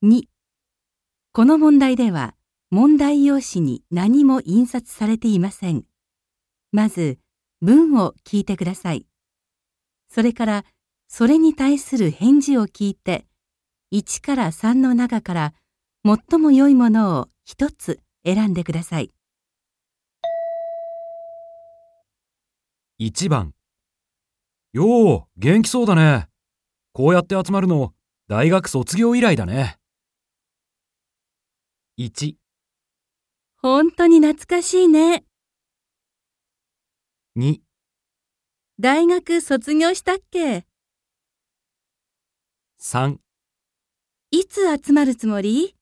2、この問題では問題用紙に何も印刷されていません。まず文を聞いてください。それからそれに対する返事を聞いて、1から3の中から最も良いものを一つ選んでください。 1番。よう、元気そうだね。こうやって集まるの、大学卒業以来だね。1、 本当に懐かしいね。 2、 大学卒業したっけ？ 3。 いつ集まるつもり？